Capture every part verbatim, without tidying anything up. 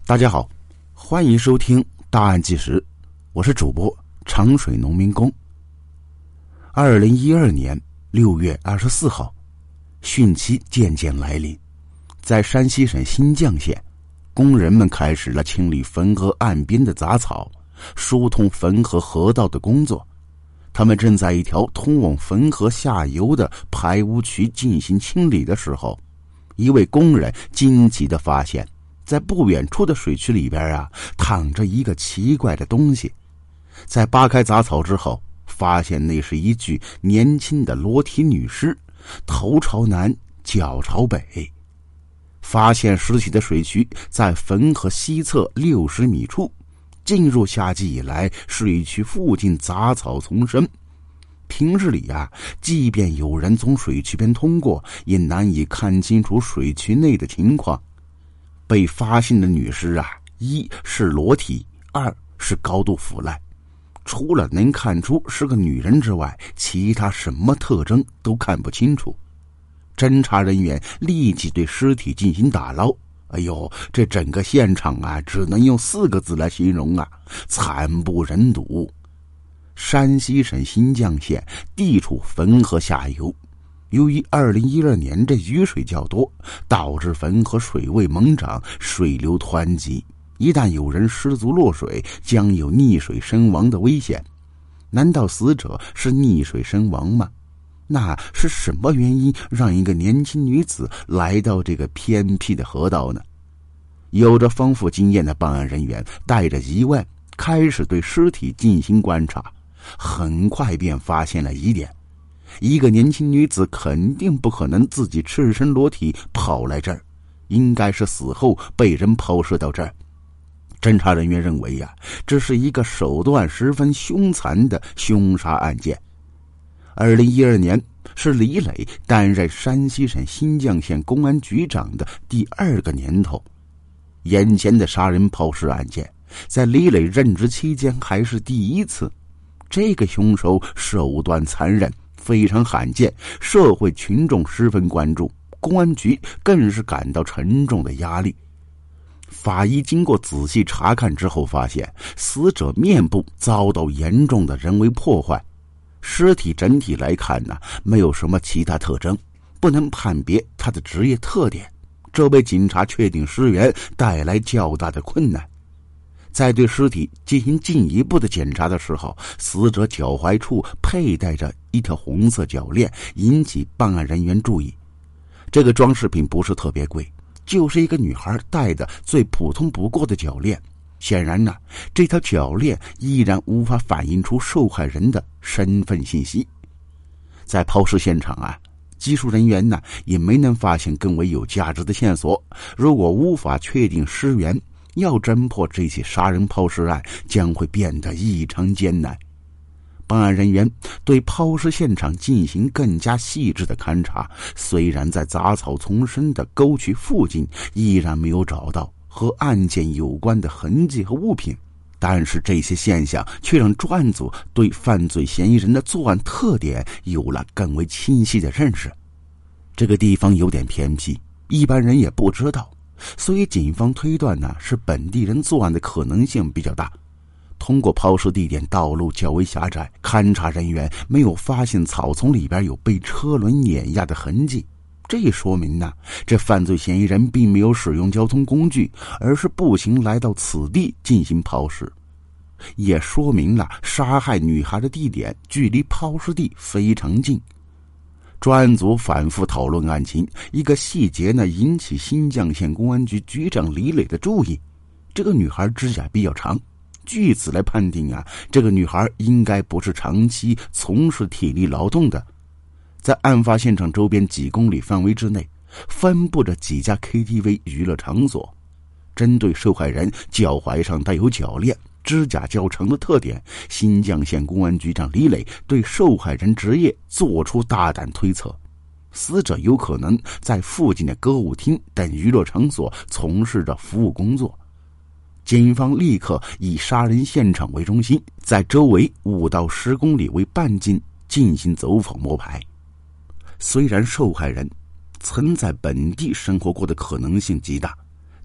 大家好，欢迎收听大案纪实，我是主播长水农民工。二零一二年六月二十四号，汛期渐渐来临，在山西省新绛县，工人们开始了清理汾河岸边的杂草，疏通汾河河道的工作。他们正在一条通往汾河下游的排污渠进行清理的时候，一位工人惊奇地发现，在不远处的水渠里边啊，躺着一个奇怪的东西。在扒开杂草之后，发现那是一具年轻的裸体女尸，头朝南，脚朝北。发现尸体的水渠在汾河西侧六十米处。进入夏季以来，水渠附近杂草丛生，平日里啊，即便有人从水渠边通过，也难以看清楚水渠内的情况。被发现的女尸啊，一是裸体，二是高度腐烂，除了能看出是个女人之外，其他什么特征都看不清楚。侦查人员立即对尸体进行打捞。哎呦，这整个现场啊，只能用四个字来形容啊，惨不忍睹。山西省新绛县地处汾河下游，由于二零一二年这雨水较多，导致汾河水位猛涨，水流湍急，一旦有人失足落水，将有溺水身亡的危险。难道死者是溺水身亡吗？那是什么原因让一个年轻女子来到这个偏僻的河道呢？有着丰富经验的办案人员带着疑问开始对尸体进行观察，很快便发现了疑点。一个年轻女子肯定不可能自己赤身裸体跑来这儿，应该是死后被人抛尸到这儿。侦查人员认为呀、啊，这是一个手段十分凶残的凶杀案件。二零一二年是李磊担任山西省新绛县公安局长的第二个年头。眼前的杀人抛尸案件，在李磊任职期间还是第一次。这个凶手手段残忍，非常罕见，社会群众十分关注，公安局更是感到沉重的压力。法医经过仔细查看之后发现，死者面部遭到严重的人为破坏。尸体整体来看呢，没有什么其他特征，不能判别他的职业特点，这为警察确定尸源带来较大的困难。在对尸体进行进一步的检查的时候，死者脚踝处佩戴着一条红色脚链，引起办案人员注意。这个装饰品不是特别贵，就是一个女孩戴的最普通不过的脚链。显然呢，这条脚链依然无法反映出受害人的身份信息。在抛尸现场啊，技术人员呢也没能发现更为有价值的线索。如果无法确定尸源，要侦破这起杀人抛尸案将会变得异常艰难。办案人员对抛尸现场进行更加细致的勘查，虽然在杂草丛生的沟渠附近依然没有找到和案件有关的痕迹和物品，但是这些现象却让专案组对犯罪嫌疑人的作案特点有了更为清晰的认识。这个地方有点偏僻，一般人也不知道，所以警方推断呢，是本地人作案的可能性比较大。通过抛尸地点道路较为狭窄，勘查人员没有发现草丛里边有被车轮碾压的痕迹。这说明呢，这犯罪嫌疑人并没有使用交通工具，而是步行来到此地进行抛尸，也说明了杀害女孩的地点距离抛尸地非常近。专案组反复讨论案情，一个细节呢引起新绛县公安局局长李磊的注意。这个女孩指甲比较长，据此来判定啊，这个女孩应该不是长期从事体力劳动的。在案发现场周边几公里范围之内，分布着几家 K T V 娱乐场所。针对受害人脚踝上带有脚链、指甲较长的特点，新绛县公安局长李磊对受害人职业做出大胆推测，死者有可能在附近的歌舞厅等娱乐场所从事着服务工作。警方立刻以杀人现场为中心，在周围五到十公里为半径进行走访摸排。虽然受害人曾在本地生活过的可能性极大，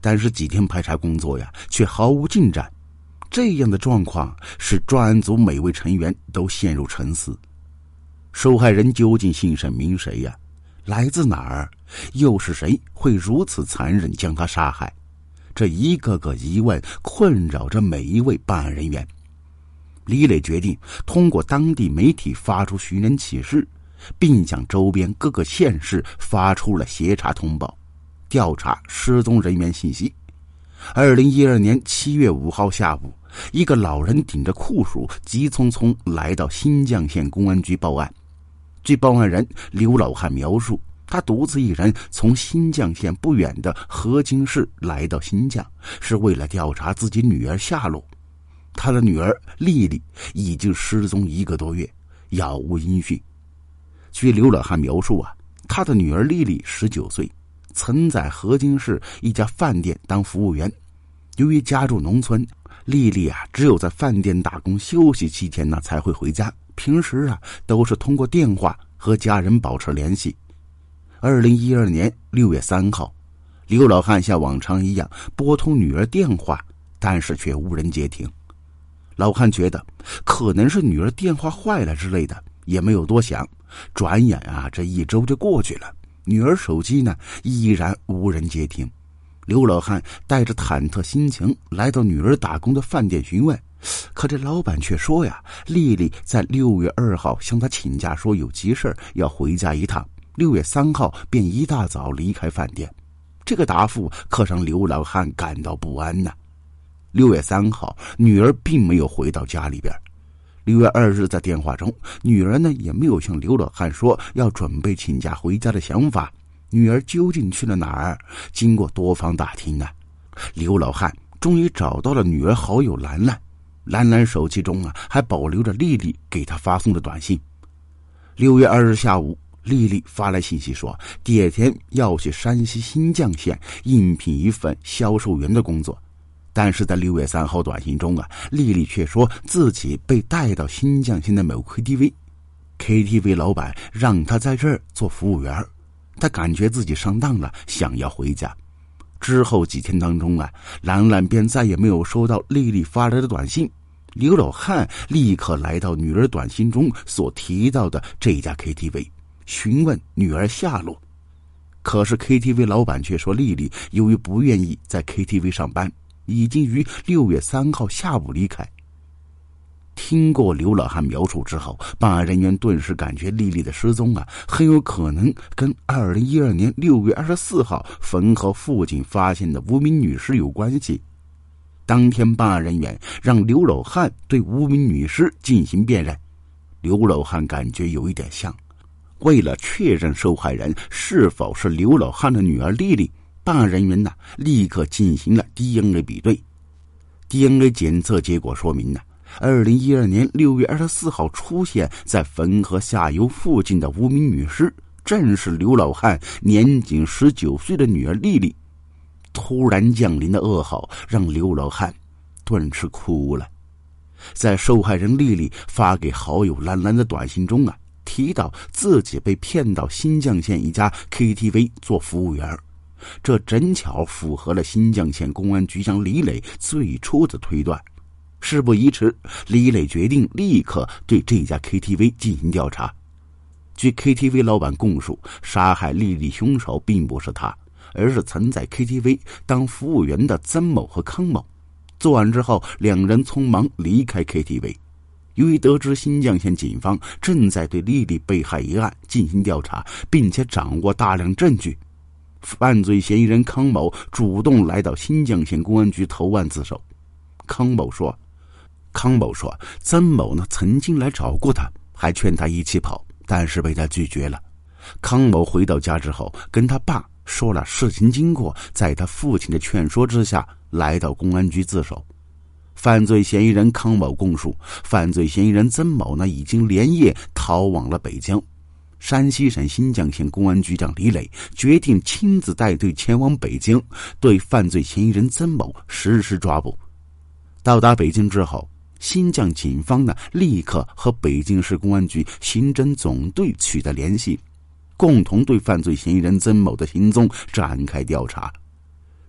但是几天排查工作呀，却毫无进展。这样的状况使专案组每位成员都陷入沉思。受害人究竟姓甚名谁呀？来自哪儿？又是谁会如此残忍将他杀害？这一个个疑问困扰着每一位办案人员。李磊决定通过当地媒体发出寻人启事，并向周边各个县市发出了协查通报，调查失踪人员信息。二零一二年七月五号下午，一个老人顶着酷暑急匆匆来到新绛县公安局报案。据报案人刘老汉描述，他独自一人从新绛县不远的河津市来到新绛，是为了调查自己女儿下落。他的女儿丽丽已经失踪一个多月，杳无音讯。据刘老汉描述啊，他的女儿丽丽十九岁，曾在河津市一家饭店当服务员。由于家住农村，丽丽啊只有在饭店打工休息期间呢才会回家，平时啊都是通过电话和家人保持联系。二零一二年六月三号，刘老汉像往常一样拨通女儿电话，但是却无人接听。老汉觉得可能是女儿电话坏了之类的，也没有多想。转眼啊，这一周就过去了，女儿手机呢依然无人接听。刘老汉带着忐忑心情来到女儿打工的饭店询问，可这老板却说呀，丽丽在六月二号向他请假，说有急事要回家一趟，六月三号便一大早离开饭店。这个答复可让刘老汉感到不安呐。六月三号，女儿并没有回到家里边。六月二日，在电话中，女儿呢也没有向刘老汉说要准备请假回家的想法。女儿究竟去了哪儿？经过多方打听呢，刘老汉终于找到了女儿好友兰兰。兰兰手机中啊还保留着丽丽给她发送的短信。六月二日下午，丽丽发来信息说，第二天要去山西新绛县应聘一份销售员的工作。但是在六月三号短信中啊，丽丽却说自己被带到新绛县的某 K T V，K T V 老板让她在这儿做服务员。她感觉自己上当了，想要回家。之后几天当中啊，兰兰便再也没有收到丽丽发来的短信。刘老汉立刻来到女儿短信中所提到的这家 K T V， 询问女儿下落。可是 K T V 老板却说，丽丽由于不愿意在 K T V 上班，已经于六月三号下午离开。听过刘老汉描述之后，办案人员顿时感觉丽丽的失踪啊，很有可能跟二零一二年六月二十四号汾河附近发现的无名女尸有关系。当天，办案人员让刘老汉对无名女尸进行辨认。刘老汉感觉有一点像。为了确认受害人是否是刘老汉的女儿丽丽，办案人员呢立刻进行了 D N A 比对。D N A 检测结果说明呢，二零一二年六月二十四号出现在汾河下游附近的无名女尸，正是刘老汉年仅十九岁的女儿丽丽。突然降临的噩耗让刘老汉顿时哭了。在受害人丽丽发给好友兰兰的短信中啊，提到自己被骗到新绛县一家 K T V 做服务员，这正巧符合了新绛县公安局长李磊最初的推断。事不宜迟，李磊决定立刻对这家 K T V 进行调查。据 K T V 老板供述，杀害丽丽凶手并不是他，而是曾在 K T V 当服务员的曾某和康某。作案之后，两人匆忙离开 K T V。由于得知新绛县警方正在对丽丽被害一案进行调查，并且掌握大量证据，犯罪嫌疑人康某主动来到新绛县公安局投案自首。康某说康某说曾某呢曾经来找过他，还劝他一起跑，但是被他拒绝了。康某回到家之后，跟他爸说了事情经过，在他父亲的劝说之下来到公安局自首。犯罪嫌疑人康某供述，犯罪嫌疑人曾某呢已经连夜逃往了北疆。山西省新绛县公安局长李磊决定亲自带队前往北京，对犯罪嫌疑人曾某实施抓捕。到达北京之后，新绛警方呢立刻和北京市公安局刑侦总队取得联系，共同对犯罪嫌疑人曾某的行踪展开调查。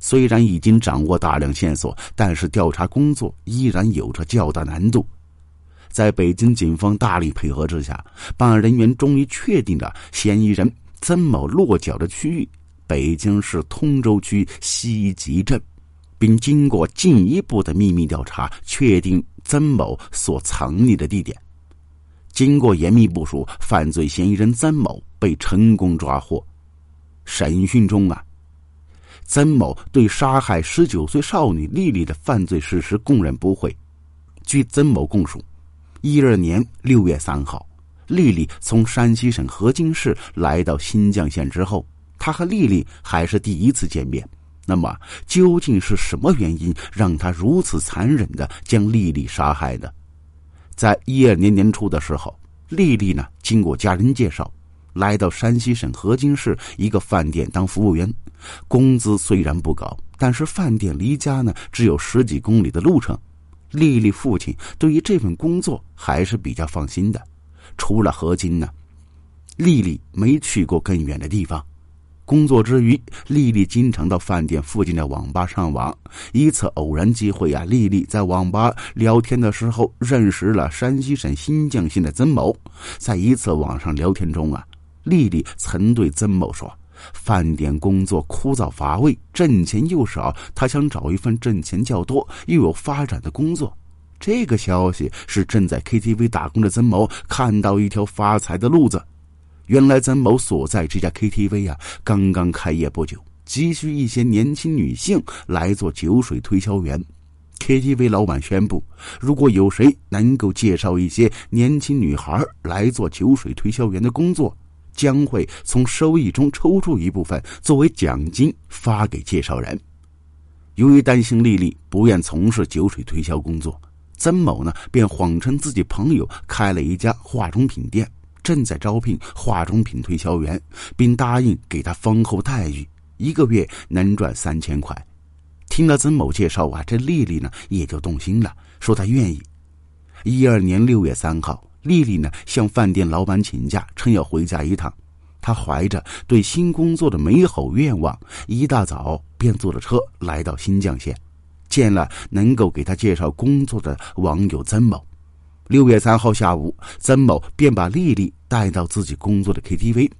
虽然已经掌握大量线索，但是调查工作依然有着较大难度。在北京警方大力配合之下，办案人员终于确定了嫌疑人曾某落脚的区域——北京市通州区西集镇，并经过进一步的秘密调查，确定曾某所藏匿的地点。经过严密部署，犯罪嫌疑人曾某被成功抓获。审讯中啊，曾某对杀害十九岁少女丽丽的犯罪事实供认不讳。据曾某供述，一二年六月三号，丽丽从山西省河津市来到新绛县之后，他和丽丽还是第一次见面。那么究竟是什么原因让他如此残忍地将丽丽杀害呢？在一二年年初的时候，丽丽呢经过家人介绍，来到山西省河津市一个饭店当服务员。工资虽然不高，但是饭店离家呢只有十几公里的路程。丽丽父亲对于这份工作还是比较放心的。除了河津呢，丽丽没去过更远的地方。工作之余，丽丽经常到饭店附近的网吧上网。一次偶然机会啊，丽丽在网吧聊天的时候认识了山西省新绛县的曾某。在一次网上聊天中啊，丽丽曾对曾某说，饭店工作枯燥乏味，挣钱又少，她想找一份挣钱较多又有发展的工作。这个消息是正在 K T V 打工的曾某看到一条发财的路子。原来曾某所在这家 K T V 啊，刚刚开业不久，急需一些年轻女性来做酒水推销员。K T V 老板宣布，如果有谁能够介绍一些年轻女孩来做酒水推销员的工作，将会从收益中抽出一部分作为奖金发给介绍人。由于担心丽丽不愿从事酒水推销工作，曾某呢便谎称自己朋友开了一家化妆品店，正在招聘化妆品推销员，并答应给他丰厚待遇，一个月能赚三千块。听了曾某介绍啊，这丽丽呢也就动心了，说她愿意。一二年六月三号，丽丽呢向饭店老板请假，称要回家一趟。她怀着对新工作的美好愿望，一大早便坐着车来到新绛县，见了能够给她介绍工作的网友曾某。六月三号下午，曾某便把丽丽带到自己工作的 K T V。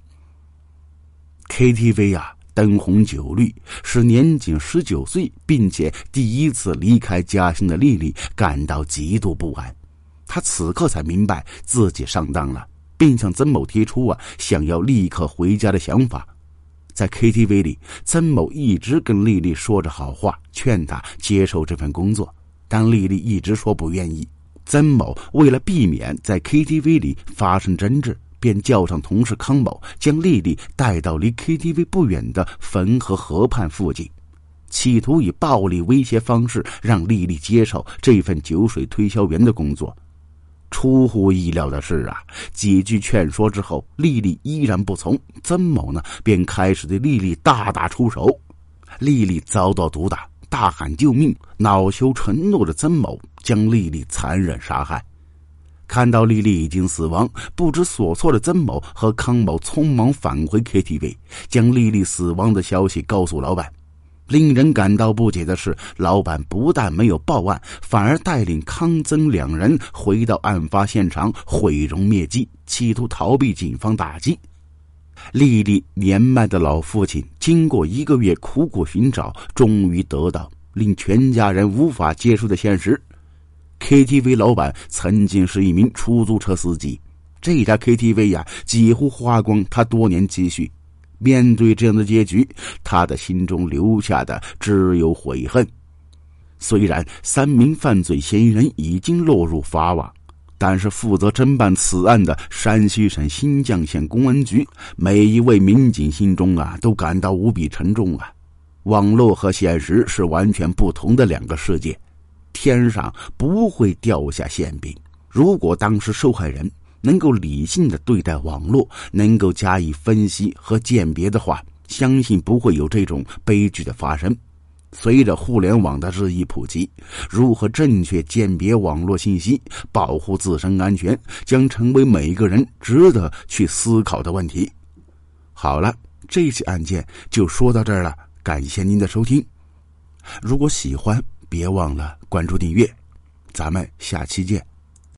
K T V 啊，灯红酒绿，使年仅十九岁并且第一次离开家乡的丽丽感到极度不安。她此刻才明白自己上当了，并向曾某提出啊想要立刻回家的想法。在 K T V 里，曾某一直跟丽丽说着好话，劝她接受这份工作，但丽丽一直说不愿意。曾某为了避免在 K T V 里发生争执，便叫上同事康某，将丽丽带到离 K T V 不远的汾河河畔附近，企图以暴力威胁方式让丽丽接受这份酒水推销员的工作。出乎意料的是啊，几句劝说之后，丽丽依然不从，曾某呢便开始对丽丽大打出手。丽丽遭到毒打，大喊救命，恼羞成怒的曾某将丽丽残忍杀害。看到丽丽已经死亡，不知所措的曾某和康某匆忙返回 K T V， 将丽丽死亡的消息告诉老板。令人感到不解的是，老板不但没有报案，反而带领康曾两人回到案发现场，毁容灭迹，企图逃避警方打击。丽丽年迈的老父亲经过一个月苦苦寻找，终于得到令全家人无法接受的现实。K T V 老板曾经是一名出租车司机，这家 K T V 呀，几乎花光他多年积蓄。面对这样的结局，他的心中留下的只有悔恨。虽然三名犯罪嫌疑人已经落入法网，但是负责侦办此案的山西省新绛县公安局每一位民警心中啊都感到无比沉重啊。网络和现实是完全不同的两个世界，天上不会掉下馅饼。如果当时受害人能够理性的对待网络，能够加以分析和鉴别的话，相信不会有这种悲剧的发生。随着互联网的日益普及，如何正确鉴别网络信息，保护自身安全，将成为每一个人值得去思考的问题。好了，这起案件就说到这儿了，感谢您的收听， 如果喜欢，别忘了关注订阅。咱们下期见。